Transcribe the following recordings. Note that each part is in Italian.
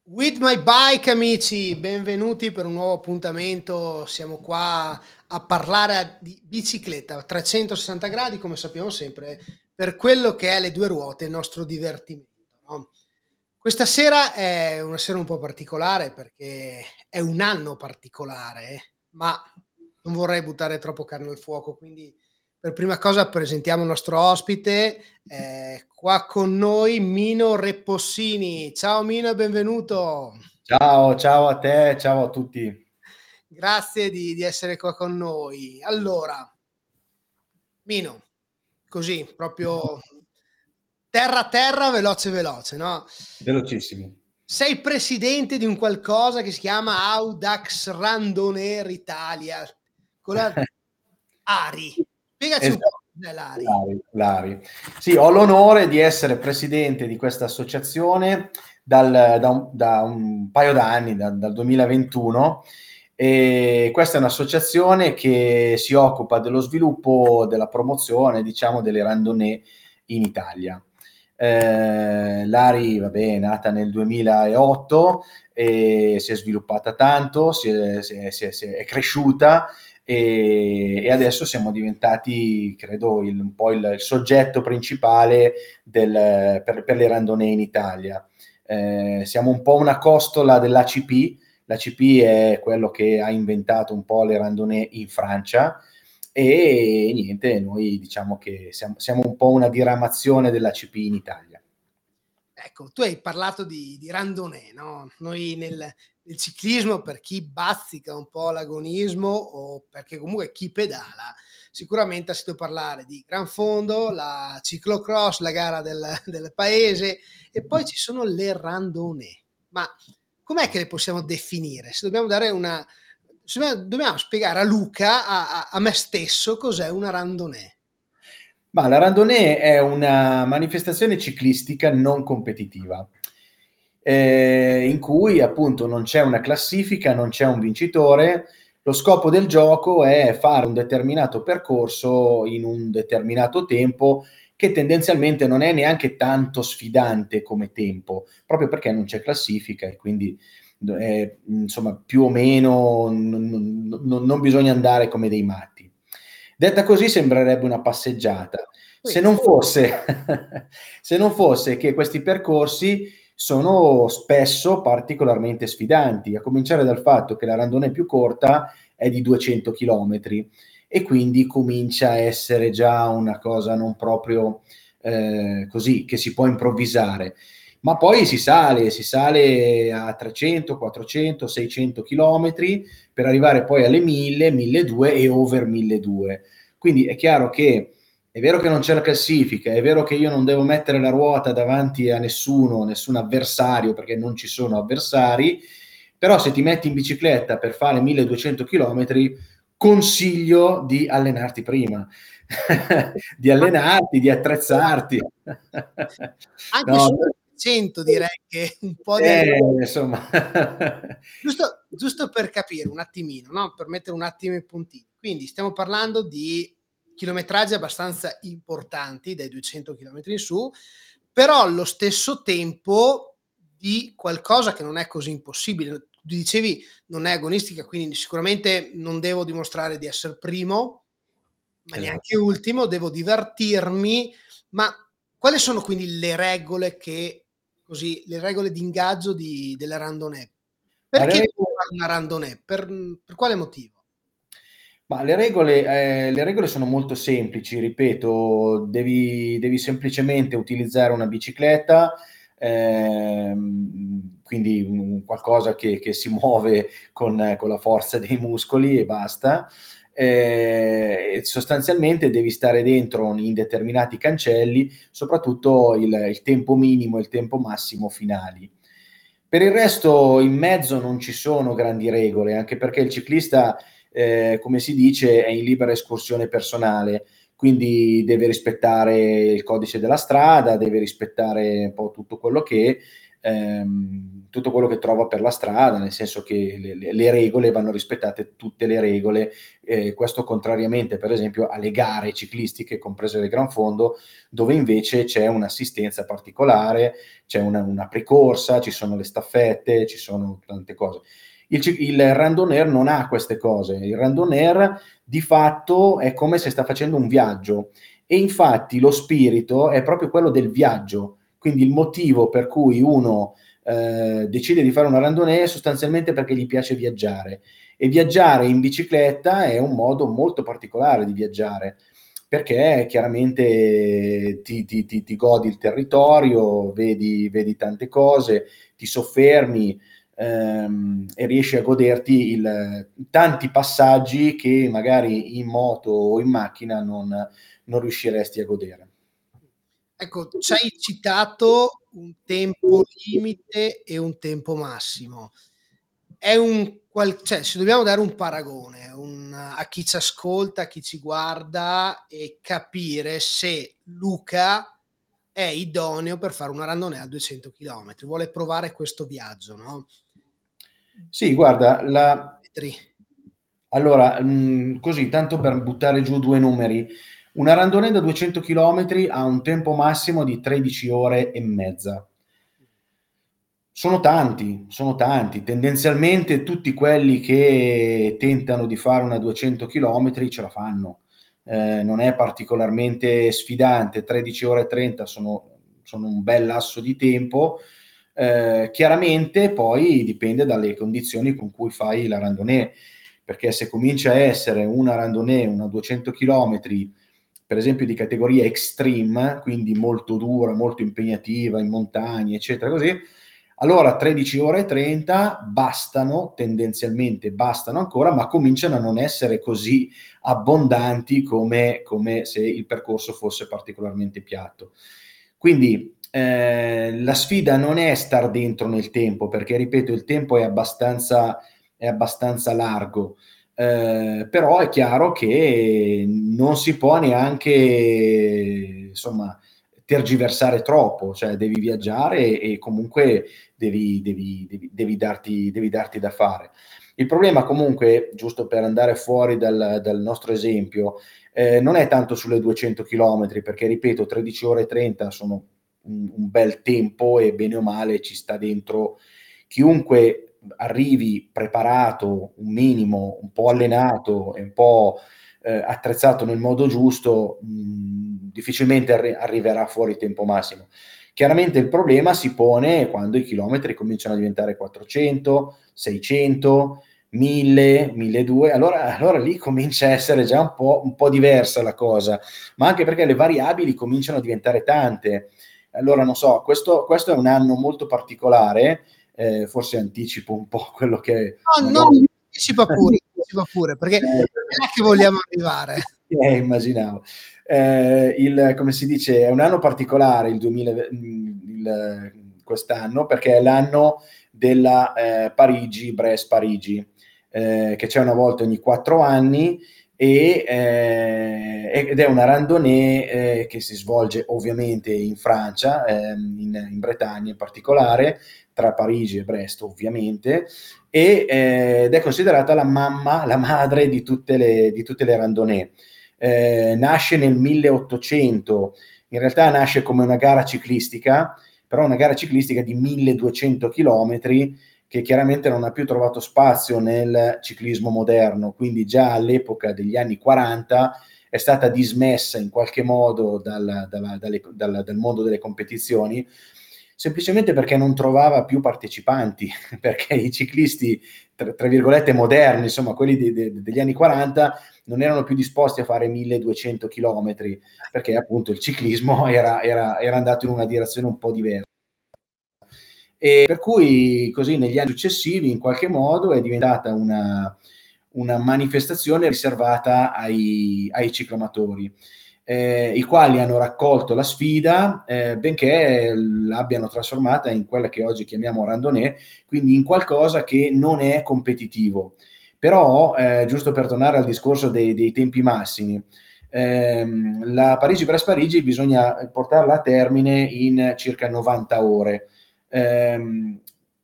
With my bike, amici, benvenuti per un nuovo appuntamento. Siamo qua a parlare di bicicletta a 360 gradi, come sappiamo sempre, per quello che è le due ruote, il nostro divertimento, no? Questa sera è una sera un po' particolare perché è un anno particolare, ma non vorrei buttare troppo carne al fuoco, quindi per prima cosa presentiamo il nostro ospite, qua con noi Mino Repossini. Ciao Mino e benvenuto. Ciao, ciao a te, ciao a tutti. Grazie di essere qua con noi. Allora, Mino, così proprio terra a terra, veloce veloce, no? Velocissimi. Sei presidente di un qualcosa che si chiama Audax Randonneur Italia, con la ARI. Spiegaci un Esatto. po' cos'è l'ARI. Lari. Sì, ho l'onore di essere presidente di questa associazione da un paio d'anni, dal 2021, e questa è un'associazione che si occupa dello sviluppo, della promozione, diciamo, delle randonnée in Italia. L'ARI, vabbè, è nata nel 2008 e si è sviluppata tanto, è cresciuta e adesso siamo diventati, credo, un po' il soggetto principale per le randonnée in Italia. Siamo un po' una costola dell'ACP. L'ACP è quello che ha inventato un po' le randonnée in Francia e niente, noi diciamo che siamo un po' una diramazione dell'ACP in Italia. Ecco, tu hai parlato di randonnée, no? Noi nel ciclismo, per chi bazzica un po' l'agonismo o perché comunque chi pedala, sicuramente ha sentito parlare di Gran Fondo, la ciclocross, la gara del paese e poi ci sono le randonnée. Ma com'è che le possiamo definire? Se dobbiamo dare una se dobbiamo spiegare a Luca, a me stesso, cos'è una randonnée. Ma la randonnée è una manifestazione ciclistica non competitiva, in cui appunto non c'è una classifica, non c'è un vincitore. Lo scopo del gioco è fare un determinato percorso in un determinato tempo, che tendenzialmente non è neanche tanto sfidante come tempo, proprio perché non c'è classifica e quindi insomma più o meno non bisogna andare come dei matti. Detta così sembrerebbe una passeggiata, se Sì. non fosse, se non fosse che questi percorsi sono spesso particolarmente sfidanti, a cominciare dal fatto che la randonnée più corta è di 200 km e quindi comincia a essere già una cosa non proprio così, che si può improvvisare. Ma poi si sale a 300, 400, 600 km per arrivare poi alle 1000, 1200 e over 1200. Quindi è chiaro che è vero che non c'è la classifica, è vero che io non devo mettere la ruota davanti a nessuno, nessun avversario, perché non ci sono avversari, però se ti metti in bicicletta per fare 1200 km, consiglio di allenarti prima, di allenarti, di attrezzarti. Anche No, su 100 direi che un po' di insomma. giusto per capire un attimino, no, per mettere un attimo i puntini. Quindi stiamo parlando di chilometraggi abbastanza importanti, dai 200 chilometri in su, però allo stesso tempo di qualcosa che non è così impossibile. Tu dicevi non è agonistica, quindi sicuramente non devo dimostrare di esser primo, ma neanche Esatto. ultimo, devo divertirmi. Ma quali sono quindi le regole di ingaggio delle randonnée? Ma Perché devo fare una randonnée? Per quale motivo? le regole sono molto semplici, ripeto, devi semplicemente utilizzare una bicicletta, quindi qualcosa che si muove con la forza dei muscoli e basta. E sostanzialmente devi stare dentro in determinati cancelli, soprattutto il tempo minimo e il tempo massimo finali. Per il resto, in mezzo non ci sono grandi regole, anche perché il ciclista, come si dice, è in libera escursione personale, quindi deve rispettare il codice della strada, deve rispettare un po' tutto quello che tutto quello che trova per la strada, nel senso che le regole vanno rispettate, tutte le regole, questo contrariamente per esempio alle gare ciclistiche, comprese le Gran Fondo, dove invece c'è un'assistenza particolare, c'è una precorsa, ci sono le staffette, ci sono tante cose. Il randonneur non ha queste cose, il randonneur di fatto è come se sta facendo un viaggio, e infatti lo spirito è proprio quello del viaggio, quindi il motivo per cui uno decide di fare una randonnée è sostanzialmente perché gli piace viaggiare, e viaggiare in bicicletta è un modo molto particolare di viaggiare, perché chiaramente ti godi il territorio, vedi tante cose, ti soffermi, e riesci a goderti tanti passaggi che magari in moto o in macchina non riusciresti a godere. Ecco, ci hai citato un tempo limite e un tempo massimo. È cioè, se dobbiamo dare un paragone a chi ci ascolta, a chi ci guarda, e capire se Luca è idoneo per fare una randonnée a 200 km, vuole provare questo viaggio, no? Sì, guarda, Metri. allora, così, tanto per buttare giù due numeri, una randonnée da 200 km ha un tempo massimo di 13 ore e mezza. Sono tanti. Tendenzialmente tutti quelli che tentano di fare una 200 km ce la fanno. Non è particolarmente sfidante, 13 ore e 30 sono un bel lasso di tempo. Chiaramente poi dipende dalle condizioni con cui fai la randonnée, perché se comincia a essere una randonnée, una 200 km, per esempio di categoria extreme, quindi molto dura, molto impegnativa in montagna, eccetera, così, allora 13 ore e 30 bastano, tendenzialmente bastano ancora, ma cominciano a non essere così abbondanti come se il percorso fosse particolarmente piatto. Quindi la sfida non è star dentro nel tempo, perché ripeto, il tempo è abbastanza largo. Però è chiaro che non si può neanche, insomma, tergiversare troppo, cioè devi viaggiare e comunque devi darti da fare. Il problema comunque, giusto per andare fuori dal nostro esempio, non è tanto sulle 200 km, perché ripeto, 13 ore e 30 sono un bel tempo e bene o male ci sta dentro chiunque arrivi preparato, un minimo, un po' allenato e un po' attrezzato nel modo giusto, difficilmente arriverà fuori il tempo massimo. Chiaramente il problema si pone quando i chilometri cominciano a diventare 400, 600, 1000, 1200, allora lì comincia a essere già un po' diversa la cosa, ma anche perché le variabili cominciano a diventare tante. Allora non so, questo è un anno molto particolare, forse anticipo un po' quello che No, magari... anticipa pure, perché è là che vogliamo arrivare. Immaginavo. Come si dice, è un anno particolare quest'anno, perché è l'anno della Parigi-Brest-Parigi, che c'è una volta ogni 4 anni, ed è una randonnée che si svolge ovviamente in Francia, in Bretagna in particolare, tra Parigi e Brest ovviamente, ed è considerata la madre di tutte le randonnée. Nasce nel 1800, in realtà nasce come una gara ciclistica, però una gara ciclistica di 1200 km, che chiaramente non ha più trovato spazio nel ciclismo moderno, quindi già all'epoca degli anni 40 è stata dismessa in qualche modo dal mondo delle competizioni, semplicemente perché non trovava più partecipanti, perché i ciclisti, tra virgolette, moderni, insomma, quelli degli anni 40, non erano più disposti a fare 1200 km, perché appunto il ciclismo era andato in una direzione un po' diversa. E per cui così negli anni successivi in qualche modo è diventata una manifestazione riservata ai cicloamatori, i quali hanno raccolto la sfida, benché l'abbiano trasformata in quella che oggi chiamiamo randonnée, quindi in qualcosa che non è competitivo. Però, giusto per tornare al discorso dei tempi massimi, la Parigi-Brest-Parigi bisogna portarla a termine in circa 90 ore.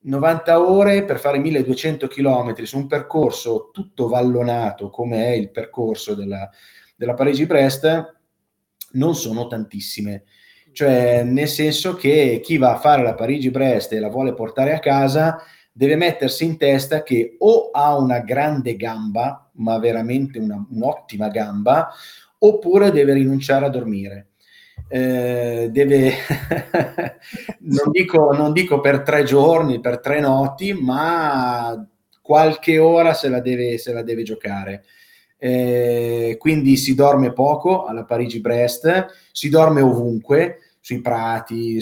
90 ore per fare 1200 km su un percorso tutto vallonato come è il percorso della Parigi-Brest non sono tantissime. Cioè, nel senso che chi va a fare la Parigi-Brest e la vuole portare a casa deve mettersi in testa che o ha una grande gamba, ma veramente un'ottima gamba, oppure deve rinunciare a dormire. Deve non dico per 3 giorni, per 3 notti, ma qualche ora se la deve giocare. Quindi si dorme poco alla Parigi-Brest, si dorme ovunque, sui prati,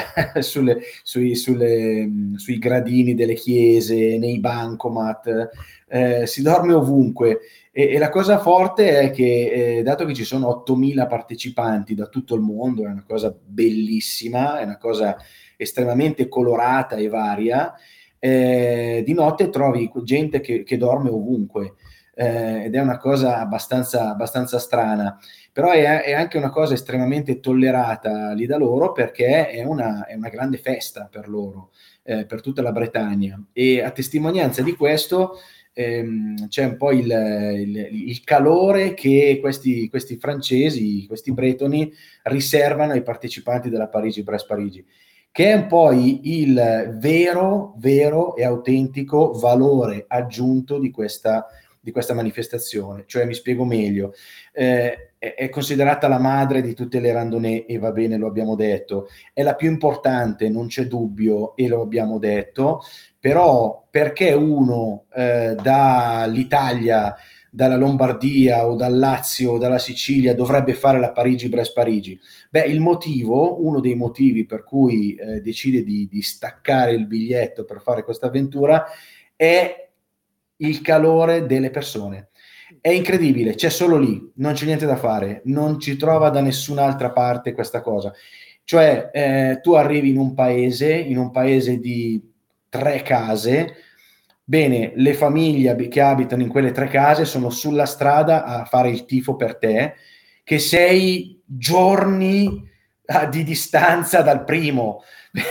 sui gradini delle chiese, nei bancomat, si dorme ovunque. E la cosa forte è che, dato che ci sono 8.000 partecipanti da tutto il mondo, è una cosa bellissima, è una cosa estremamente colorata e varia, di notte trovi gente che dorme ovunque, ed è una cosa abbastanza strana, però è anche una cosa estremamente tollerata lì da loro, perché è una grande festa per loro, per tutta la Bretagna, e a testimonianza di questo c'è un po' il calore che questi francesi, questi bretoni riservano ai partecipanti della Parigi-Brest-Parigi, che è un po' il vero e autentico valore aggiunto di questa manifestazione. Cioè, mi spiego meglio, è considerata la madre di tutte le randonnée, e va bene, lo abbiamo detto, è la più importante, non c'è dubbio, e lo abbiamo detto. Però perché uno dall'Italia, dalla Lombardia o dal Lazio o dalla Sicilia dovrebbe fare la Parigi-Brest-Parigi? Beh, uno dei motivi per cui decide di staccare il biglietto per fare questa avventura è il calore delle persone. È incredibile, c'è solo lì, non c'è niente da fare, non ci trova da nessun'altra parte questa cosa. Cioè, tu arrivi in un paese di 3 case, bene, le famiglie che abitano in quelle 3 case sono sulla strada a fare il tifo per te, che sei giorni di distanza dal primo.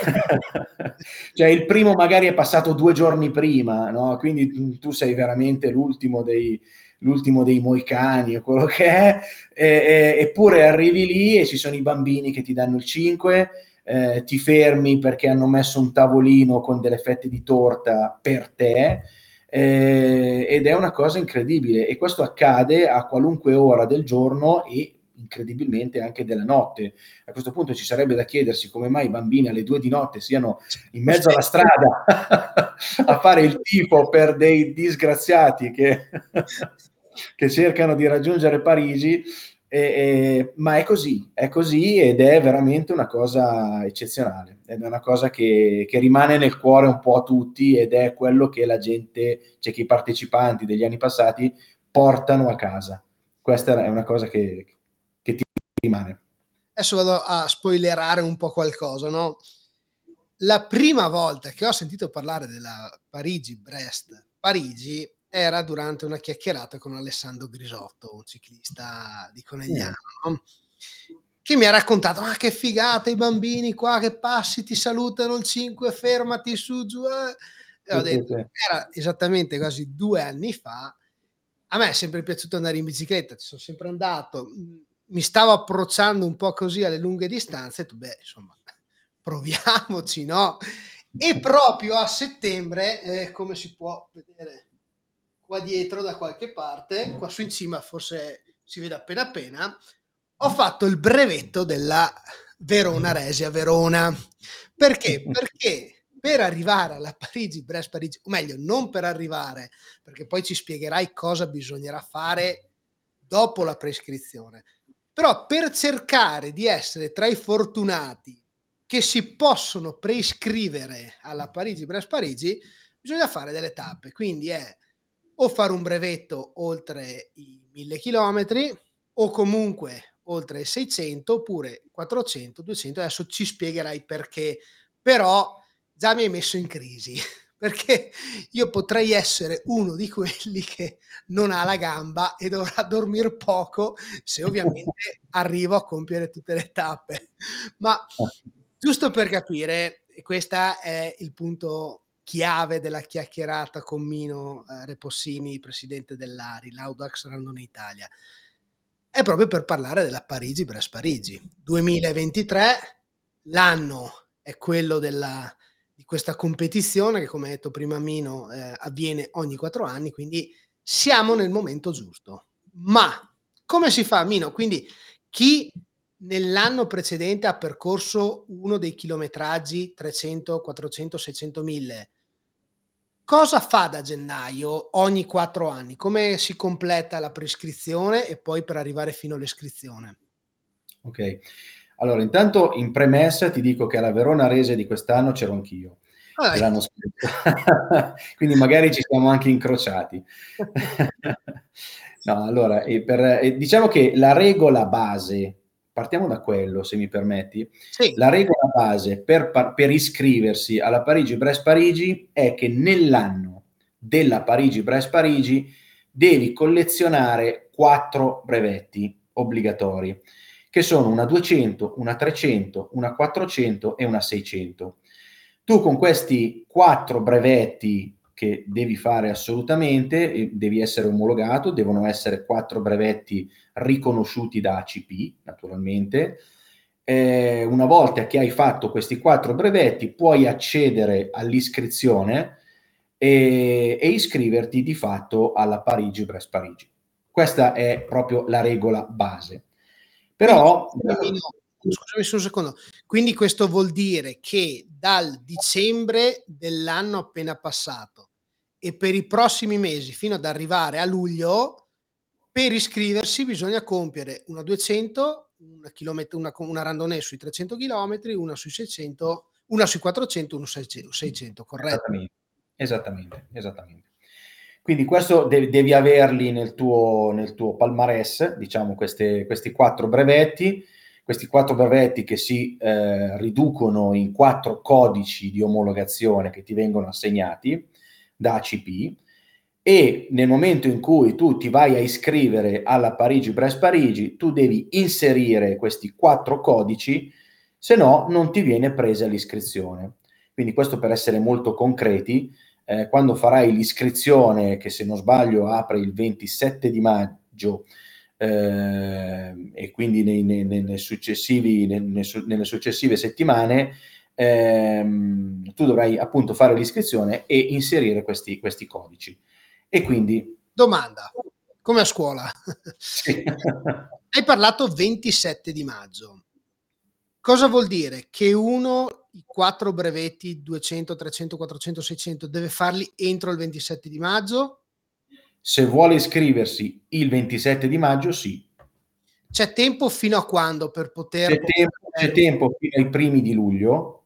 Cioè, il primo magari è passato 2 giorni prima, no? Quindi tu sei veramente l'ultimo dei moicani, o quello che è, eppure arrivi lì e ci sono i bambini che ti danno il 5, ti fermi perché hanno messo un tavolino con delle fette di torta per te, ed è una cosa incredibile, e questo accade a qualunque ora del giorno e incredibilmente anche della notte. A questo punto ci sarebbe da chiedersi come mai i bambini alle 2 di notte siano in mezzo alla strada a fare il tifo per dei disgraziati che cercano di raggiungere Parigi, ma è così, ed è veramente una cosa eccezionale, ed è una cosa che rimane nel cuore un po' a tutti, ed è quello che la gente, cioè che i partecipanti degli anni passati portano a casa. Questa è una cosa che ti rimane. Adesso vado a spoilerare un po' qualcosa, no? La prima volta che ho sentito parlare della Parigi-Brest-Parigi era durante una chiacchierata con Alessandro Grisotto, un ciclista di Conegliano, no? Che mi ha raccontato: "Ah, che figata, i bambini qua che passi, ti salutano il 5, fermati su, giù, eh". E ho Sì, sì, detto, sì. era esattamente quasi 2 anni fa. A me è sempre piaciuto andare in bicicletta, ci son sempre andato, mi stavo approcciando un po' così alle lunghe distanze, ho detto: "Beh, insomma, proviamoci, no?" E proprio a settembre, come si può vedere qua dietro da qualche parte, qua su in cima forse si vede appena appena, ho fatto il brevetto della Verona Resia Verona. Perché? Perché per arrivare alla Parigi-Brest-Parigi, o meglio non per arrivare, perché poi ci spiegherai cosa bisognerà fare dopo la prescrizione, però per cercare di essere tra i fortunati che si possono preiscrivere alla Parigi-Brest-Parigi, bisogna fare delle tappe. Quindi è o fare un brevetto oltre i 1000 chilometri, o comunque oltre i 600, oppure 400, 200. Adesso ci spiegherai perché, però già mi hai messo in crisi perché io potrei essere uno di quelli che non ha la gamba e dovrà dormir poco, se ovviamente arrivo a compiere tutte le tappe. Ma giusto per capire, e questa è il punto chiave della chiacchierata con Mino Repossini, presidente dell'ARI, l'Audax Randonnée Italia, è proprio per parlare della Parigi-Brest-Parigi 2023. L'anno è quello di questa competizione che, come ha detto prima Mino, avviene ogni 4 anni, quindi siamo nel momento giusto. Ma come si fa, Mino? Quindi chi nell'anno precedente ha percorso uno dei chilometraggi 300, 400, 600, 1000, cosa fa da gennaio ogni 4 anni? Come si completa la prescrizione e poi per arrivare fino all'iscrizione? Ok, allora intanto in premessa ti dico che alla Verona Rese di quest'anno c'ero anch'io, dell'anno scorso, quindi magari ci siamo anche incrociati. No, allora, diciamo che la regola base, partiamo da quello, se mi permetti, Sì. la regola base per iscriversi alla Parigi-Brest-Parigi è che nell'anno della Parigi-Brest-Parigi devi collezionare 4 brevetti obbligatori, che sono una 200, una 300, una 400 e una 600. Tu con questi 4 brevetti che devi fare assolutamente, devi essere omologato, devono essere 4 brevetti riconosciuti da ACP, naturalmente. Una volta che hai fatto questi 4 brevetti, puoi accedere all'iscrizione e iscriverti di fatto alla Parigi-Brest-Parigi. Questa è proprio la regola base. Quindi, Però scusami solo un secondo. Quindi questo vuol dire che dal dicembre dell'anno appena passato e per i prossimi mesi fino ad arrivare a luglio, per iscriversi bisogna compiere una 200, una randonnée sui 300 chilometri, una sui 600, una sui 400, una sui 600, corretto? Esattamente. Quindi questo devi averli nel tuo palmarès, diciamo, questi 4 brevetti, che si riducono in 4 codici di omologazione che ti vengono assegnati da ACP, e nel momento in cui tu ti vai a iscrivere alla Parigi-Brest-Parigi, tu devi inserire questi 4 codici, se no non ti viene presa l'iscrizione. Quindi questo per essere molto concreti. Quando farai l'iscrizione, che se non sbaglio apre il 27 di maggio, e quindi nelle successive settimane, tu dovrai appunto fare l'iscrizione e inserire questi codici. E quindi Domanda, come a scuola. sì. Hai parlato 27 di maggio. Cosa vuol dire? Che uno i 4 brevetti 200, 300, 400, 600 deve farli entro il 27 di maggio? Se vuole iscriversi il 27 di maggio, sì. C'è tempo fino a quando per poter C'è tempo fino ai primi di luglio,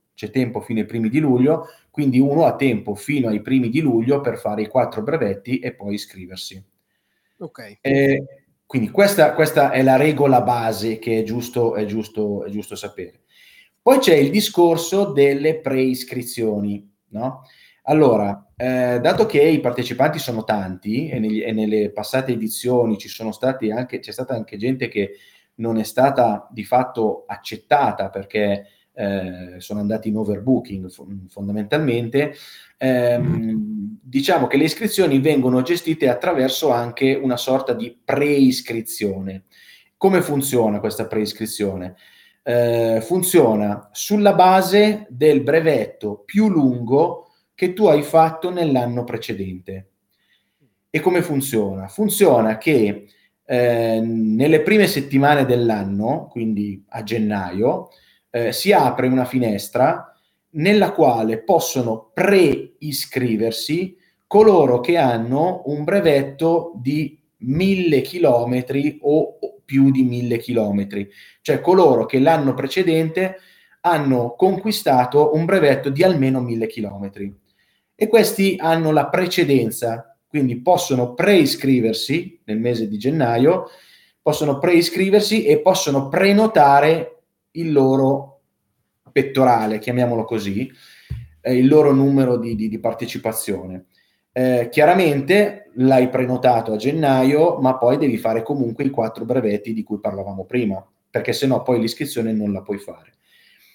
quindi uno ha tempo fino ai primi di luglio per fare i 4 brevetti e poi iscriversi. Ok. Quindi questa è la regola base che è giusto sapere. Poi c'è il discorso delle preiscrizioni, no? Allora, dato che i partecipanti sono tanti e nelle passate edizioni c'è stata anche gente che non è stata di fatto accettata perché sono andati in overbooking fondamentalmente, diciamo che le iscrizioni vengono gestite attraverso anche una sorta di preiscrizione. Come funziona questa preiscrizione? Funziona sulla base del brevetto più lungo che tu hai fatto nell'anno precedente. E come funziona? Funziona che nelle prime settimane dell'anno, quindi a gennaio, si apre una finestra nella quale possono pre-iscriversi coloro che hanno un brevetto di 1000 chilometri o più di 1000 chilometri, cioè coloro che l'anno precedente hanno conquistato un brevetto di almeno 1000 chilometri. E questi hanno la precedenza, quindi possono preiscriversi nel mese di gennaio, possono preiscriversi e possono prenotare il loro pettorale, chiamiamolo così, il loro numero di partecipazione. Chiaramente l'hai prenotato a gennaio, ma poi devi fare comunque i 4 brevetti di cui parlavamo prima, perché sennò poi l'iscrizione non la puoi fare.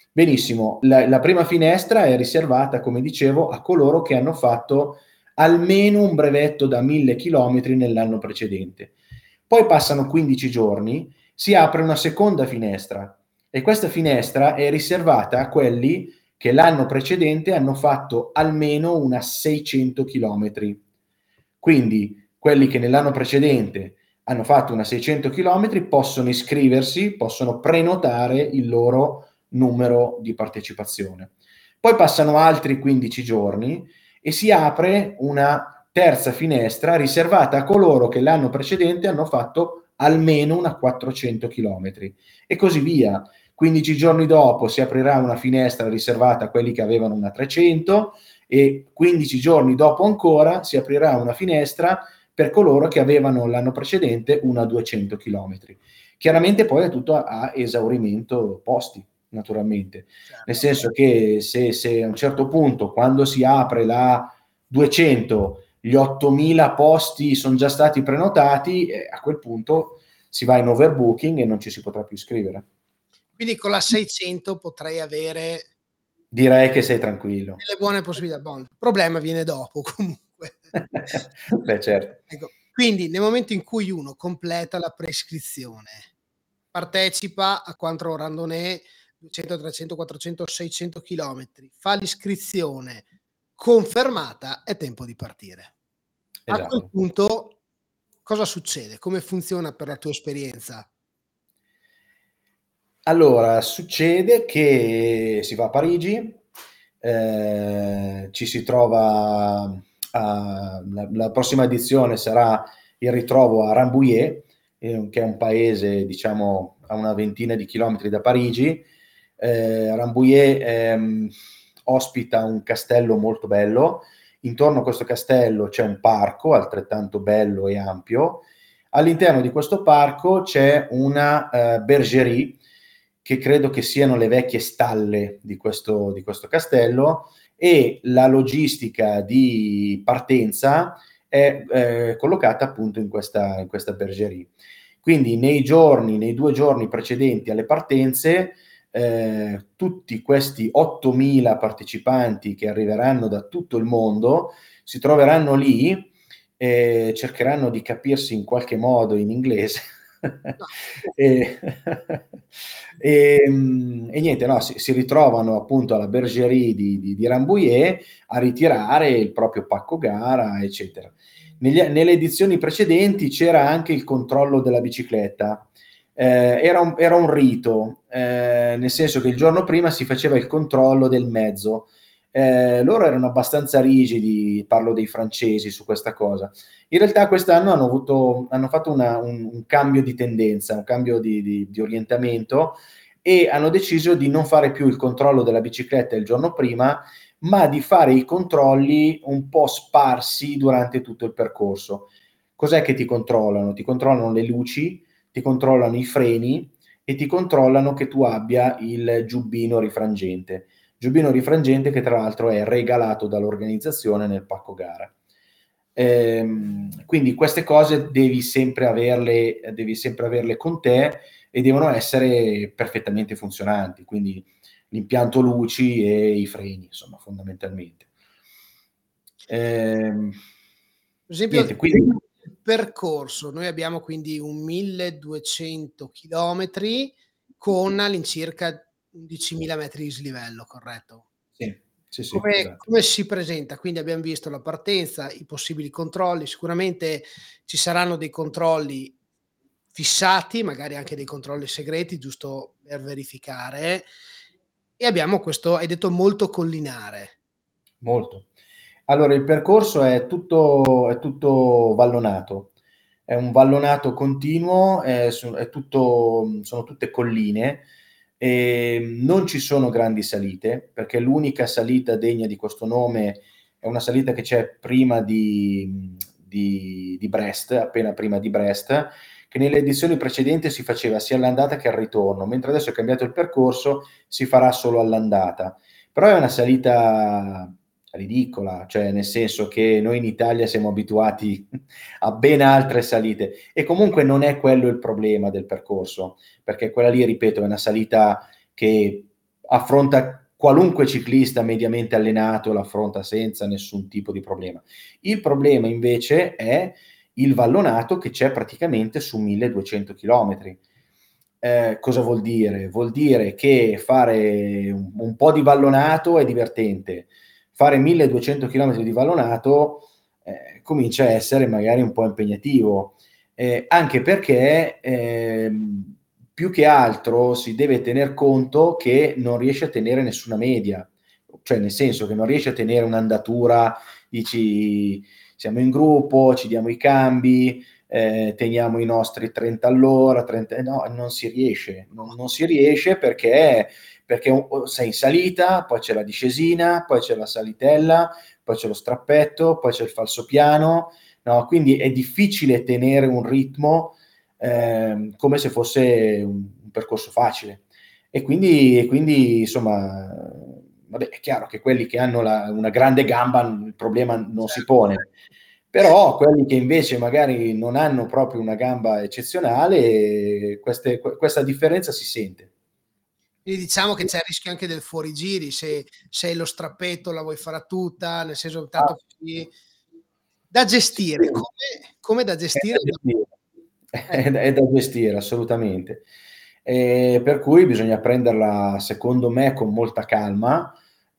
Benissimo, la prima finestra è riservata, come dicevo, a coloro che hanno fatto almeno un brevetto da 1000 chilometri nell'anno precedente. Poi passano 15 giorni, si apre una seconda finestra e questa finestra è riservata a quelli che l'anno precedente hanno fatto almeno una 600 chilometri. Quindi quelli che nell'anno precedente hanno fatto una 600 chilometri possono iscriversi, possono prenotare il loro numero di partecipazione. Poi passano altri 15 giorni e si apre una terza finestra riservata a coloro che l'anno precedente hanno fatto almeno una 400 chilometri e così via. 15 giorni dopo si aprirà una finestra riservata a quelli che avevano una 300 e 15 giorni dopo ancora si aprirà una finestra per coloro che avevano l'anno precedente una 200 chilometri. Chiaramente poi è tutto a esaurimento posti, naturalmente. Certo. Nel senso che se a un certo punto, quando si apre la 200, gli 8000 posti sono già stati prenotati, a quel punto si va in overbooking e non ci si potrà più iscrivere. Quindi con la 600 potrei avere Direi che sei tranquillo. delle buone possibilità. Bon, il problema viene dopo comunque. Beh, certo. Ecco, quindi nel momento in cui uno completa la prescrizione, partecipa a quattro randonnée 200, 300, 400, 600 chilometri, fa l'iscrizione confermata, è tempo di partire. A quel Esatto. punto cosa succede? Come funziona per la tua esperienza? Allora, succede che si va a Parigi, ci si trova la prossima edizione sarà il ritrovo a Rambouillet, che è un paese, diciamo, a una ventina di chilometri da Parigi. Rambouillet ospita un castello molto bello. Intorno a questo castello c'è un parco altrettanto bello e ampio. All'interno di questo parco c'è una bergerie, che credo che siano le vecchie stalle di questo castello, e la logistica di partenza è collocata appunto in questa bergerie. Quindi nei 2 giorni precedenti alle partenze, tutti questi 8000 partecipanti che arriveranno da tutto il mondo si troveranno lì e cercheranno di capirsi in qualche modo in inglese. No. e, e niente, no, si ritrovano appunto alla bergerie di Rambouillet a ritirare il proprio pacco gara, eccetera. Nelle edizioni precedenti c'era anche il controllo della bicicletta. Era un rito, nel senso che il giorno prima si faceva il controllo del mezzo. Loro erano abbastanza rigidi, parlo dei francesi, su questa cosa. In realtà quest'anno hanno fatto un cambio di tendenza, un cambio di orientamento, e hanno deciso di non fare più il controllo della bicicletta il giorno prima, ma di fare i controlli un po' sparsi durante tutto il percorso. Cos'è che ti controllano? Ti controllano le luci, ti controllano i freni e ti controllano che tu abbia il giubbino rifrangente. Giubbino rifrangente che tra l'altro è regalato dall'organizzazione nel pacco gara. Quindi queste cose devi sempre averle con te e devono essere perfettamente funzionanti, quindi l'impianto luci e i freni, insomma, fondamentalmente. Per esempio Niente, quindi il percorso, noi abbiamo quindi un 1200 chilometri con all'incirca 11.000 metri di dislivello, corretto? sì, sì, sì, Come esatto. come si presenta? Quindi abbiam visto la partenza, i possibili controlli, sicuramente ci saranno dei controlli fissati, magari anche dei controlli segreti, giusto per verificare, e abbiamo questo hai detto molto collinare. Molto. Allora, il percorso è tutto vallonato, è un vallonato continuo, sono tutte colline, e non ci sono grandi salite, perché l'unica salita degna di questo nome è una salita che c'è prima di Brest, appena prima di Brest, che nelle edizioni precedenti si faceva sia all'andata che al ritorno, mentre adesso è cambiato il percorso, si farà solo all'andata. Però è una salita ridicola, cioè nel senso che noi in Italia siamo abituati a ben altre salite e comunque non è quello il problema del percorso, perché quella lì, ripeto, è una salita che affronta qualunque ciclista mediamente allenato, l'affronta senza nessun tipo di problema. Il problema invece è il vallonato che c'è praticamente su 1200 km. Cosa vuol dire? Vuol dire che fare un po' di vallonato è divertente, fare 1200 km di vallonato comincia a essere magari un po' impegnativo, anche perché più che altro si deve tener conto che non riesce a tenere nessuna media, cioè nel senso che non riesce a tenere un'andatura, dici siamo in gruppo, ci diamo i cambi, teniamo i nostri 30 all'ora, 30, no, non si riesce, non si riesce perché sei in salita, poi c'è la discesina, poi c'è la salitella, poi c'è lo strappetto, poi c'è il falsopiano, no? Quindi è difficile tenere un ritmo come se fosse un percorso facile. E quindi insomma, vabbè, è chiaro che quelli che hanno una grande gamba il problema non si pone, però quelli che invece magari non hanno proprio una gamba eccezionale, questa differenza si sente. Quindi diciamo che c'è il rischio anche del fuorigiri, se lo strappetto la vuoi fare a tutta, nel senso Ah, tanto così da gestire, sì, come da è gestire da gestire, è da gestire assolutamente. Per cui bisogna prenderla, secondo me, con molta calma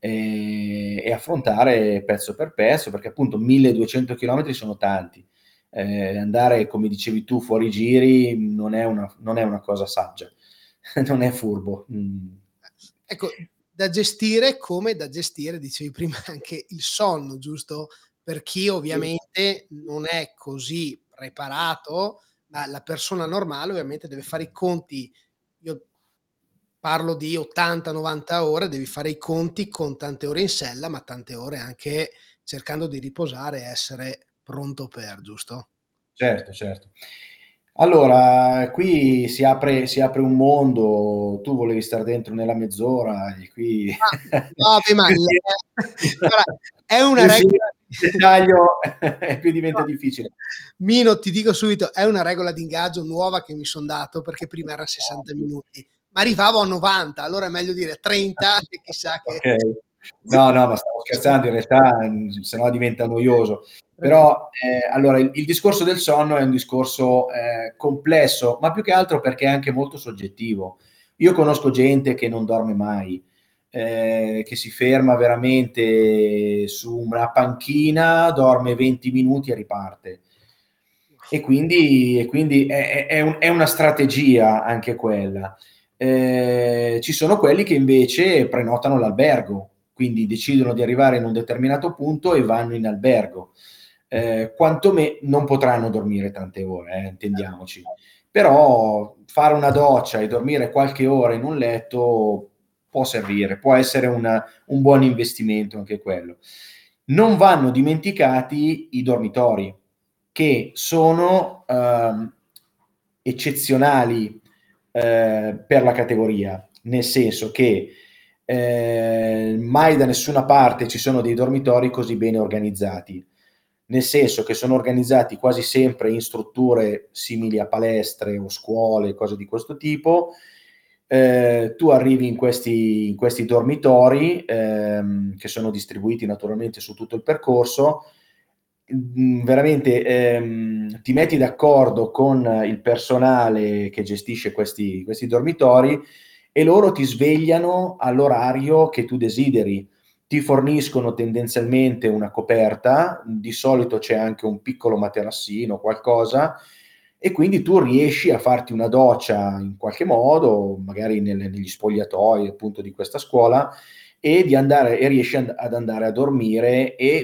e affrontare pezzo per pezzo, perché appunto 1200 km sono tanti. Andare, come dicevi tu, fuori giri non è una cosa saggia, non è furbo. Ecco, da gestire come da gestire, dicevi prima, anche il sonno, giusto? Per chi Sì. ovviamente non è così preparato, ma la persona normale ovviamente deve fare i conti. Io parlo di 80, 90 ore, devi fare i conti con tante ore in sella, ma tante ore anche cercando di riposare e essere pronto per, giusto? Certo, certo. Allora, qui si apre un mondo, tu volevi stare dentro nella mezz'ora e qui Ah, vabbè, ma più il si guarda, è una più si regola entra nel dettaglio e più diventa no, difficile. Mino, ti dico subito, è una regola di ingaggio nuova che mi son dato, perché prima era 60 minuti, ma arrivavo a 90, allora è meglio dire 30 e chissà che Okay. No, no, ma stavo scherzando, in realtà, se no diventa noioso. tranqui Però, allora il discorso del sonno è un discorso, complesso, ma più che altro perché è anche molto soggettivo. Io conosco gente che non dorme mai, che si ferma veramente su una panchina, dorme 20 minuti e riparte. E quindi è una strategia anche quella. Ci sono quelli che invece prenotano l'albergo, quindi decidono di arrivare in un determinato punto e vanno in albergo. Non potranno dormire tante ore, intendiamoci. Però fare una doccia e dormire qualche ora in un letto può servire, può essere un buon investimento anche quello. Non vanno dimenticati i dormitori, che sono eccezionali per la categoria, nel senso che mai da nessuna parte ci sono dei dormitori così bene organizzati, nel senso che sono organizzati quasi sempre in strutture simili a palestre o scuole, cose di questo tipo. Tu arrivi in questi dormitori che sono distribuiti naturalmente su tutto il percorso. Veramente ti metti d'accordo con il personale che gestisce questi dormitori e loro ti svegliano all'orario che tu desideri. Ti forniscono tendenzialmente una coperta, di solito c'è anche un piccolo materassino, qualcosa, e quindi tu riesci a farti una doccia in qualche modo, magari negli spogliatoi appunto di questa scuola, e riesci ad andare a dormire e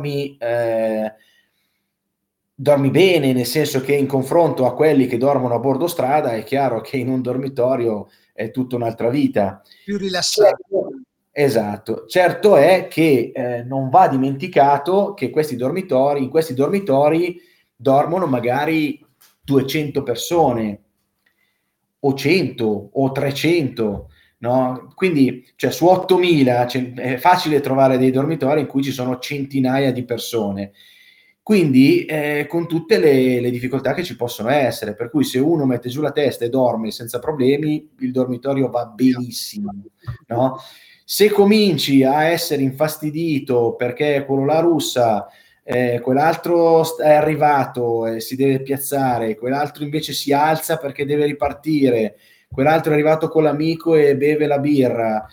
dormi bene, nel senso che in confronto a quelli che dormono a bordo strada è chiaro che in un dormitorio è tutta un'altra vita. più rilassan Certo, esatto. Certo è che non va dimenticato che in questi dormitori dormono magari 200 persone o 100 o 300, no? Quindi, cioè, su 8.000 è facile trovare dei dormitori in cui ci sono centinaia di persone. Quindi con tutte le difficoltà che ci possono essere, per cui se uno mette giù la testa e dorme senza problemi, il dormitorio va benissimo, no? Se cominci a essere infastidito perché quello là russa, quell'altro è arrivato e si deve piazzare, quell'altro invece si alza perché deve ripartire, quell'altro è arrivato con l'amico e beve la birra,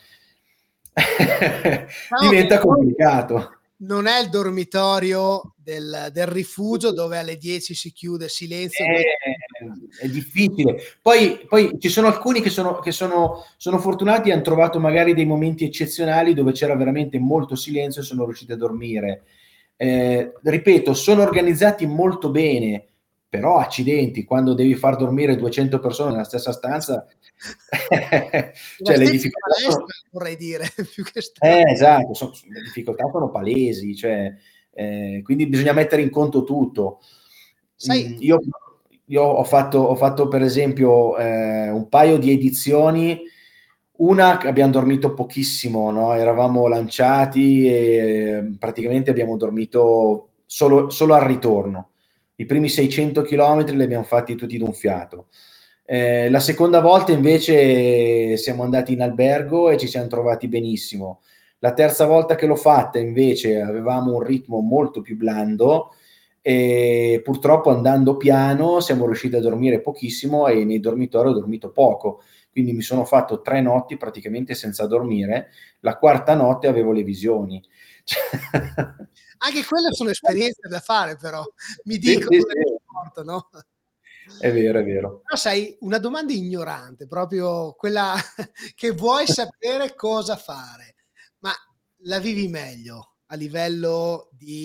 Diciamo che diventa complicato. non è il dormitorio del rifugio dove alle 10 si chiude, silenzio. È difficile. Poi ci sono alcuni sono fortunati e hanno trovato magari dei momenti eccezionali dove c'era veramente molto silenzio e sono riusciti a dormire. Ripeto, sono organizzati molto bene, però accidenti, quando devi far dormire 200 persone nella stessa stanza, Una cioè le stessa difficoltà sono... palestra, vorrei dire, più che stanza. Esatto, le difficoltà sono palesi, cioè, quindi bisogna mettere in conto tutto. Sai, Io ho fatto per esempio un paio di edizioni, una che abbiamo dormito pochissimo, no? Eravamo lanciati e praticamente abbiamo dormito solo al ritorno. I primi 600 km li abbiamo fatti tutti d'un fiato. La seconda volta invece siamo andati in albergo e ci siamo trovati benissimo. La terza volta che l'ho fatta invece avevamo un ritmo molto più blando e purtroppo andando piano siamo riusciti a dormire pochissimo e nei dormitori ho dormito poco. Quindi mi sono fatto 3 notti praticamente senza dormire. La quarta notte avevo le visioni. anche quelle sono esperienze da fare, però mi Sì, dicono sì, nel sì. sport, no? È vero, è vero. Però sai, una domanda ignorante, proprio quella che vuoi sapere cosa fare, ma la vivi meglio a livello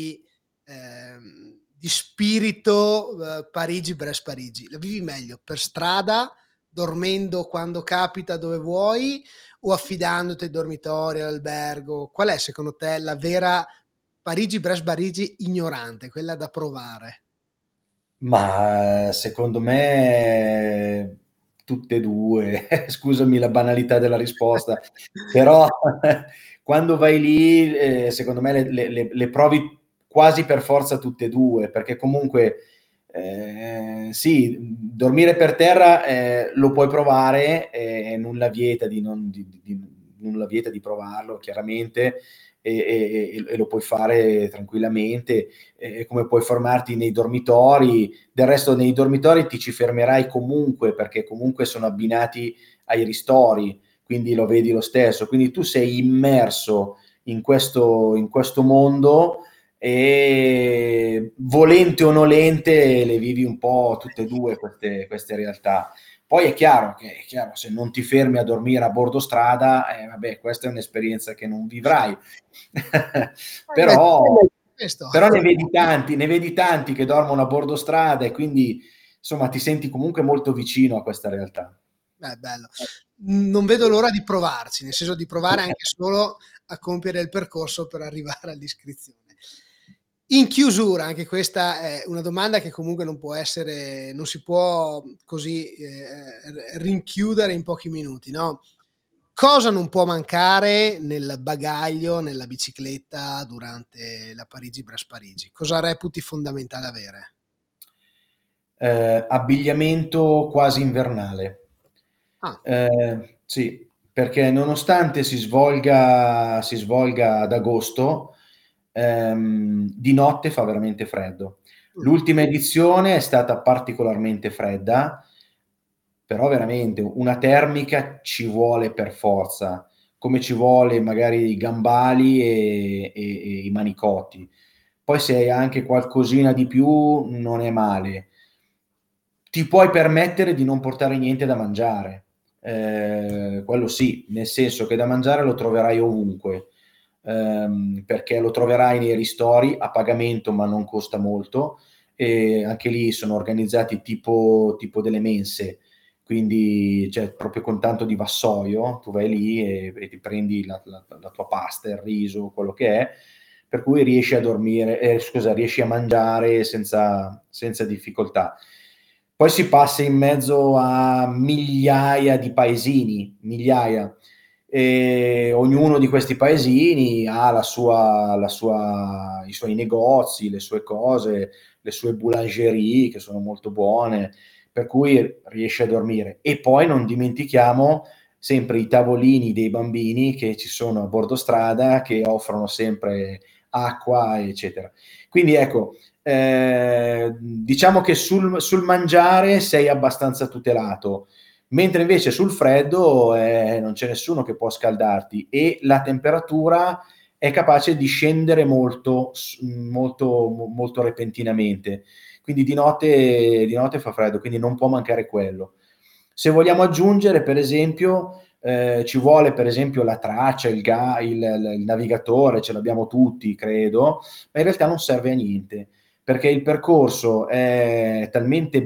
di spirito, Parigi-Brest-Parigi? La vivi meglio per strada, dormendo quando capita dove vuoi o affidandoti ai dormitori, all'albergo? Qual è secondo te la vera Parigi-Brest-Parigi ignorante, quella da provare? Ma secondo me tutte e due, scusami la banalità della risposta, però quando vai lì, secondo me le provi quasi per forza tutte e due, perché comunque sì, dormire per terra lo puoi provare, nulla vieta nulla vieta di provarlo, chiaramente, e lo puoi fare tranquillamente, come puoi fermarti nei dormitori. Del resto nei dormitori ti ci fermerai comunque, perché comunque sono abbinati ai ristori, quindi lo vedi lo stesso. Quindi tu sei immerso in questo mondo e volente o nolente le vivi un po' tutte e due queste realtà. Poi è chiaro, se non ti fermi a dormire a bordo strada, vabbè, questa è un'esperienza che non vivrai. Beh, però, questo. però ne vedi tanti che dormono a bordo strada e quindi insomma ti senti comunque molto vicino a questa realtà. Beh, bello. Non vedo l'ora di provarci, nel senso di provare anche solo a compiere il percorso per arrivare all'iscrizione. In chiusura, anche questa è una domanda che comunque non può essere, non si può così rinchiudere in pochi minuti, no? Cosa non può mancare nel bagaglio, nella bicicletta durante la Parigi-Brest-Parigi? Cosa reputi fondamentale avere? Abbigliamento quasi invernale. Ah, Sì, perché nonostante si svolga ad agosto, di notte fa veramente freddo. mm, L'ultima edizione è stata particolarmente fredda, però veramente una termica ci vuole per forza, come ci vuole magari i gambali e i manicotti. Poi se hai anche qualcosina di più non è male. Ti puoi permettere di non portare niente da mangiare, quello sì, nel senso che da mangiare lo troverai ovunque, perché lo troverai nei ristori a pagamento ma non costa molto, e anche lì sono organizzati tipo delle mense, quindi cioè, proprio con tanto di vassoio, tu vai lì e ti prendi la tua pasta, il riso, quello che è, per cui riesci a dormire, scusa, riesci a mangiare senza difficoltà. Poi si passa in mezzo a migliaia di paesini, migliaia. e ognuno di questi paesini ha i suoi negozi, le sue cose, le sue boulangerie che sono molto buone, per cui riesci a dormire. E poi non dimentichiamo sempre i tavolini dei bambini che ci sono a bordo strada, che offrono sempre acqua, eccetera. Quindi ecco, diciamo che sul mangiare sei abbastanza tutelato, mentre invece sul freddo non c'è nessuno che può scaldarti e la temperatura è capace di scendere molto, molto repentinamente. Quindi di notte fa freddo, quindi non può mancare quello. Se vogliamo aggiungere, per esempio, ci vuole per esempio la traccia, il navigatore, ce l'abbiamo tutti, credo, ma in realtà non serve a niente, perché il percorso è talmente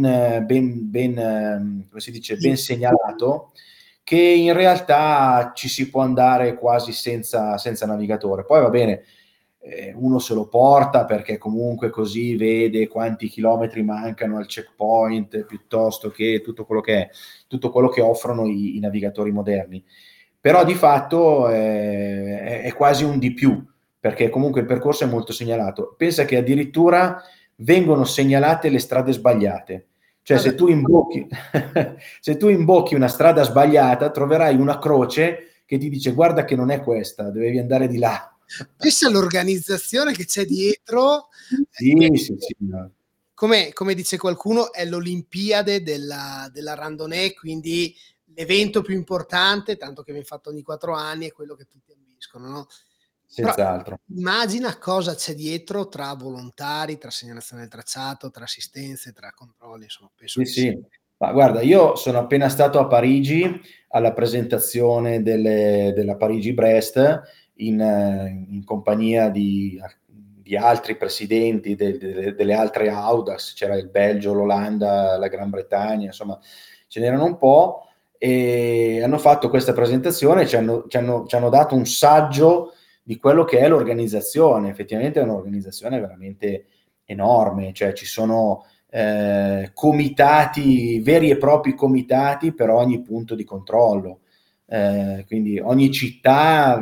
come si dice, ben segnalato, che in realtà ci si può andare quasi senza navigatore. Poi va bene, uno se lo porta perché comunque così vede quanti chilometri mancano al checkpoint, piuttosto che tutto quello che offrono i navigatori moderni. Però di fatto è quasi un di più, perché comunque il percorso è molto segnalato. Pensa che addirittura vengono segnalate le strade sbagliate. Cioè, se tu imbocchi, se tu imbocchi una strada sbagliata, troverai una croce che ti dice: guarda che non è questa, devi andare di là. Pensa all'organizzazione che c'è dietro. Sì, no. Come dice qualcuno, è l'Olimpiade della randonnée, quindi l'evento più importante, tanto che viene fatto ogni 4 anni, è quello che tutti ambiscono, no? Però Senz'altro. immagina cosa c'è dietro tra volontari, tra segnalazione del tracciato, tra assistenze, tra controlli, insomma, penso Sì, che sia. sì. Ma guarda, io sono appena stato a Parigi alla presentazione della Parigi-Brest in compagnia di altri presidenti delle altre Audax, c'era il Belgio, l'Olanda, la Gran Bretagna, insomma, ce n'erano un po', e hanno fatto questa presentazione, ci hanno dato un saggio di quello che è l'organizzazione. Effettivamente è un'organizzazione veramente enorme, cioè ci sono comitati, veri e propri comitati per ogni punto di controllo. Quindi ogni città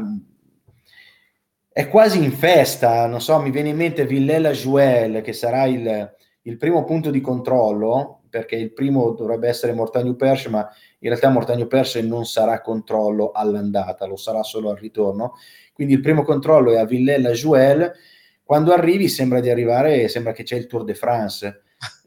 è quasi in festa, non so, mi viene in mente Villers-la-Jouelle, che sarà il primo punto di controllo, perché il primo dovrebbe essere Mortagne-Perche, ma in realtà Mortagne-Perche non sarà controllo all'andata, lo sarà solo al ritorno. Quindi il primo controllo è a Villers-la-Jouelle. Quando arrivi sembra che c'è il Tour de France.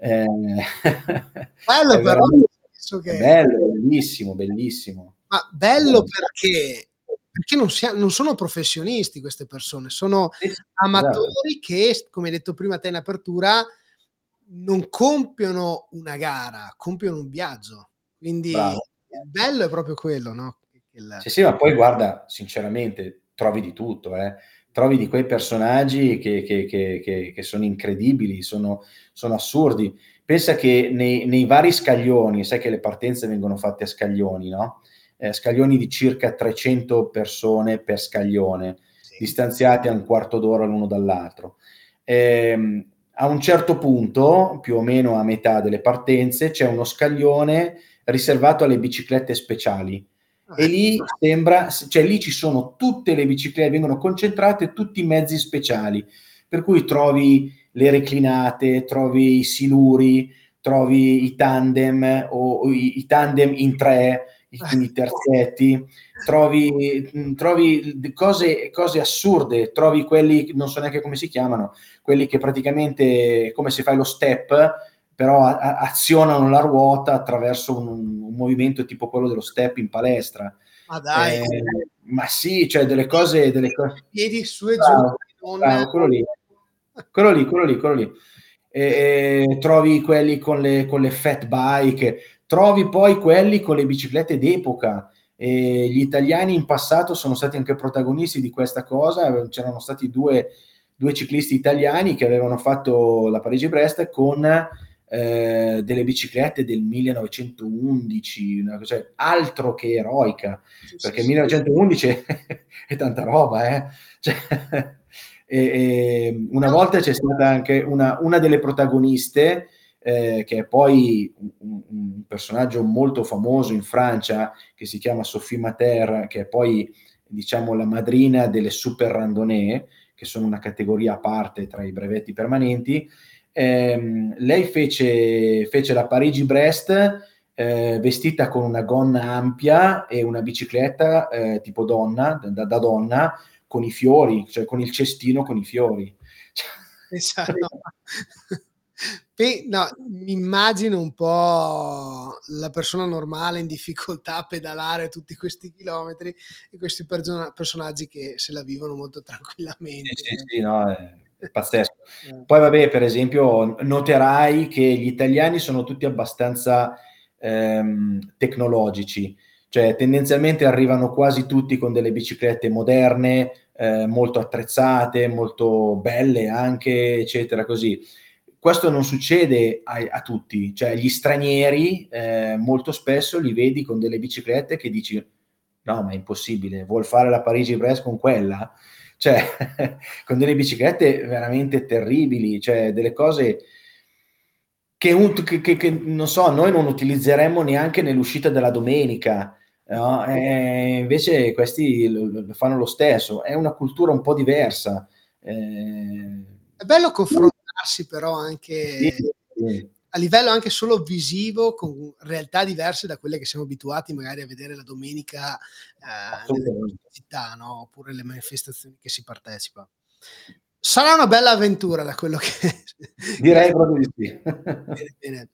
Bello È però, veramente è che bello, bellissimo, bellissimo. ma bello perché non sono professionisti queste persone, sono Sì, sì, esatto. amatori che, come hai detto prima te in apertura, non compiono una gara, compiono un viaggio. Quindi Bravo. il bello è proprio quello, no? Sì, sì, ma poi guarda, sinceramente, trovi di tutto, eh. Trovi di quei personaggi che sono incredibili, sono assurdi. Pensa che nei vari scaglioni, sai che le partenze vengono fatte a scaglioni, no? Scaglioni di circa 300 persone per scaglione, Sì. distanziati a un quarto d'ora l'uno dall'altro. A un certo punto, più o meno a metà delle partenze, c'è uno scaglione riservato alle biciclette speciali. E lì sembra, cioè lì ci sono tutte le biciclette, vengono concentrate tutti i mezzi speciali, per cui trovi le reclinate, trovi i siluri, trovi i tandem o i tandem in tre, quindi i terzetti, trovi cose assurde, trovi quelli, non so neanche come si chiamano, quelli che praticamente, come se fai lo step, però azionano la ruota attraverso un movimento tipo quello dello step in palestra. Ma dai, Ma sì, cioè delle cose. piedi su e giù, Bravo, non bravo, quello lì. Trovi quelli con le fat bike, trovi poi quelli con le biciclette d'epoca. Gli italiani in passato sono stati anche protagonisti di questa cosa, c'erano stati due ciclisti italiani che avevano fatto la Parigi-Brest con delle biciclette del 1911, cioè, altro che eroica, sì, sì, perché il sì. 1911 è tanta roba, cioè, una No, volta c'è stata anche una delle protagoniste, che è poi un personaggio molto famoso in Francia, che si chiama Sophie Mater, che è poi, diciamo, la madrina delle super randonnée, che sono una categoria a parte tra i brevetti permanenti. Lei fece la Parigi-Brest vestita con una gonna ampia e una bicicletta tipo donna, da donna, con i fiori, cioè con il cestino con i fiori. Esatto. No, mi immagino un po' la persona normale in difficoltà a pedalare tutti questi chilometri e questi personaggi che se la vivono molto tranquillamente. Sì, no, è pazzesco. Poi vabbè, per esempio, noterai che gli italiani sono tutti abbastanza tecnologici, cioè tendenzialmente arrivano quasi tutti con delle biciclette moderne, molto attrezzate, molto belle anche, eccetera, così. Questo non succede a tutti, cioè gli stranieri molto spesso li vedi con delle biciclette che dici no, ma è impossibile, vuol fare la Parigi-Brest con quella? Cioè, con delle biciclette veramente terribili, cioè delle cose che non so, noi non utilizzeremmo neanche nell'uscita della domenica, no? Invece questi lo fanno lo stesso, è una cultura un po' diversa. È bello confrontarsi però Sì, anche sì. a livello anche solo visivo con realtà diverse da quelle che siamo abituati magari a vedere la domenica nelle Assolutamente. città, no? Oppure le manifestazioni che si partecipa. Sarà una bella avventura da quello che Direi proprio di sì. bene, bene.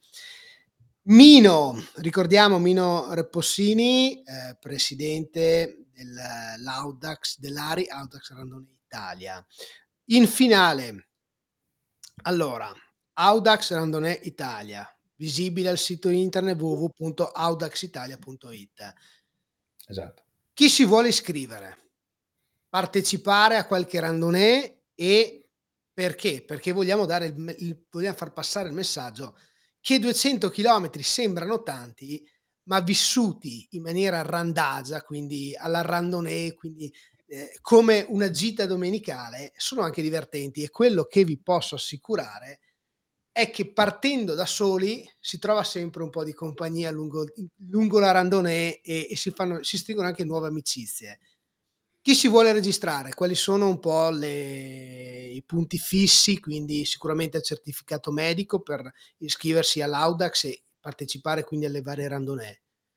Mino, ricordiamo Mino Repossini, presidente dell'Audax, dell'ARI, Audax Randonnée Italia. In finale, allora, Audax Randonnée Italia, visibile al sito internet www.audaxitalia.it. Esatto. Chi si vuole iscrivere, partecipare a qualche randonnée e perché? Perché vogliamo vogliamo far passare il messaggio che 200 chilometri sembrano tanti, ma vissuti in maniera randagia, quindi alla randonnée, quindi come una gita domenicale, sono anche divertenti e quello che vi posso assicurare è che partendo da soli si trova sempre un po' di compagnia lungo la randonnée e si stringono anche nuove amicizie. Chi si vuole registrare? Quali sono un po' i punti fissi, quindi sicuramente il certificato medico per iscriversi all'Audax e partecipare quindi alle varie randonnée.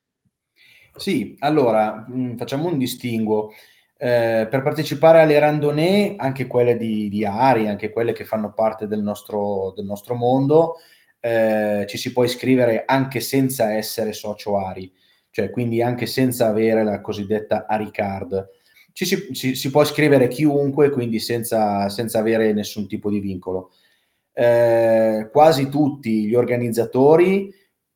Sì, allora, facciamo un distinguo. Per partecipare alle randonnée, anche quelle di ARI, anche quelle che fanno parte del nostro mondo, ci si può iscrivere anche senza essere socio ARI, cioè quindi anche senza avere la cosiddetta ARI card. Si può iscrivere chiunque, quindi senza avere nessun tipo di vincolo. Quasi tutti gli organizzatori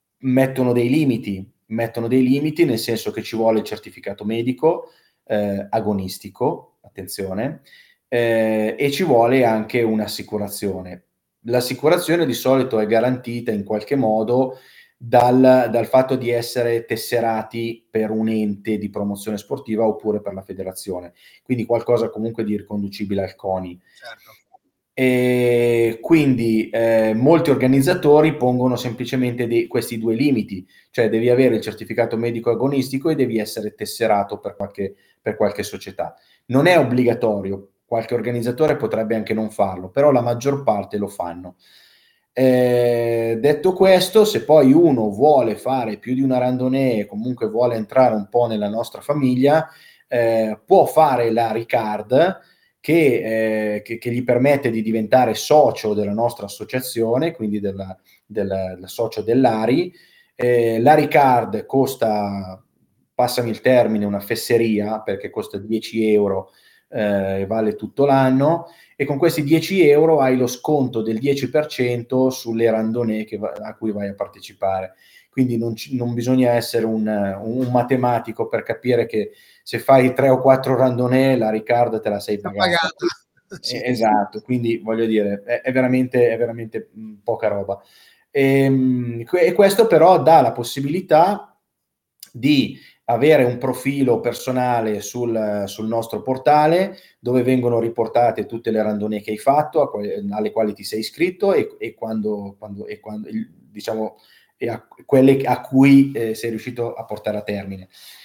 mettono dei limiti nel senso che ci vuole il certificato medico agonistico, attenzione, e ci vuole anche un'assicurazione. L'assicurazione di solito è garantita in qualche modo dal fatto di essere tesserati per un ente di promozione sportiva oppure per la federazione, quindi qualcosa comunque di riconducibile al CONI. Certo. E quindi molti organizzatori pongono semplicemente questi due limiti, cioè devi avere il certificato medico agonistico e devi essere tesserato per qualche società. Non è obbligatorio, qualche organizzatore potrebbe anche non farlo, però la maggior parte lo fanno. Detto questo, se poi uno vuole fare più di una randonnée, comunque vuole entrare un po' nella nostra famiglia, può fare la Ricard che gli permette di diventare socio della nostra associazione, quindi del socio dell'ARI. L'ARI Card costa, passami il termine, una fesseria, perché costa 10 euro e vale tutto l'anno, e con questi 10 euro hai lo sconto del 10% sulle randonnée a cui vai a partecipare. Quindi non bisogna essere un matematico per capire che se fai 3 o 4 randonnée la Ricard te la sei Già pagata. pagata. Sì. Esatto, quindi voglio dire, è veramente poca roba. E questo però dà la possibilità di avere un profilo personale sul nostro portale dove vengono riportate tutte le randonnée che hai fatto, alle quali ti sei iscritto e diciamo, quelle a cui sei riuscito a portare a termine.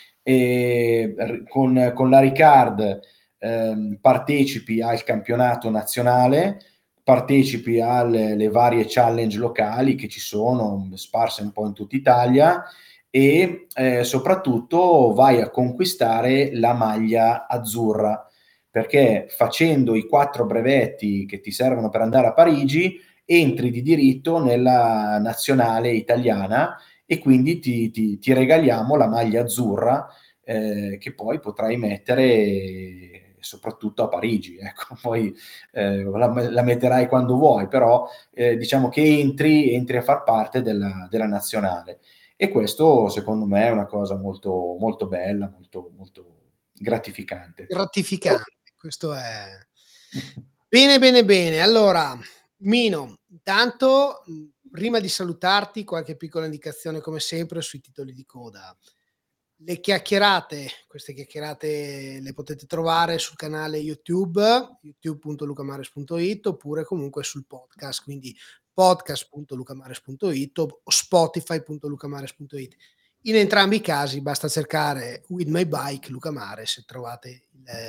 E con la Ricard partecipi al campionato nazionale, partecipi alle varie challenge locali che ci sono sparse un po' in tutta Italia e soprattutto vai a conquistare la maglia azzurra, perché facendo i 4 brevetti che ti servono per andare a Parigi entri di diritto nella nazionale italiana e quindi ti regaliamo la maglia azzurra che poi potrai mettere soprattutto a Parigi. Ecco, poi la metterai quando vuoi, però diciamo che entri a far parte della nazionale. E questo secondo me è una cosa molto, molto bella, molto, molto gratificante. Gratificante, questo è. Bene, bene, bene. Allora, Mino, intanto, prima di salutarti, qualche piccola indicazione come sempre sui titoli di coda. Le chiacchierate, queste chiacchierate le potete trovare sul canale YouTube, youtube.lucamares.it, oppure comunque sul podcast, quindi podcast.lucamares.it o spotify.lucamares.it. In entrambi i casi basta cercare With My Bike Luca Mares e trovate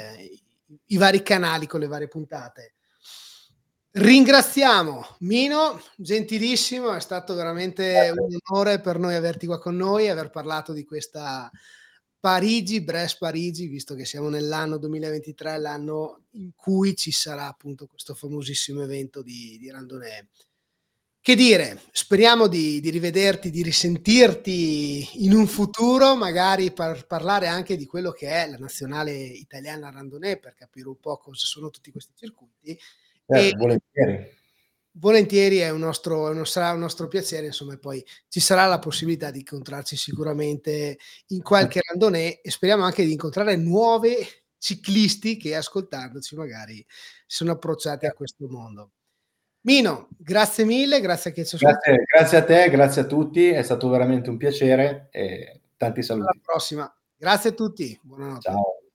i vari canali con le varie puntate. Ringraziamo Mino, gentilissimo, è stato veramente un onore per noi averti qua con noi, aver parlato di questa Brest-Parigi, visto che siamo nell'anno 2023, l'anno in cui ci sarà appunto questo famosissimo evento di randonnée. Che dire, speriamo di rivederti, di risentirti in un futuro, magari per parlare anche di quello che è la nazionale italiana randonnée, per capire un po' cosa sono tutti questi circuiti. E Volentieri. volentieri sarà un nostro piacere, insomma, e poi ci sarà la possibilità di incontrarci sicuramente in qualche randonnée e speriamo anche di incontrare nuovi ciclisti che ascoltandoci magari si sono approcciati a questo mondo. Mino, grazie mille, grazie che ci Grazie a te, grazie a tutti, è stato veramente un piacere e tanti alla saluti. prossima. Grazie a tutti, buonanotte. Ciao.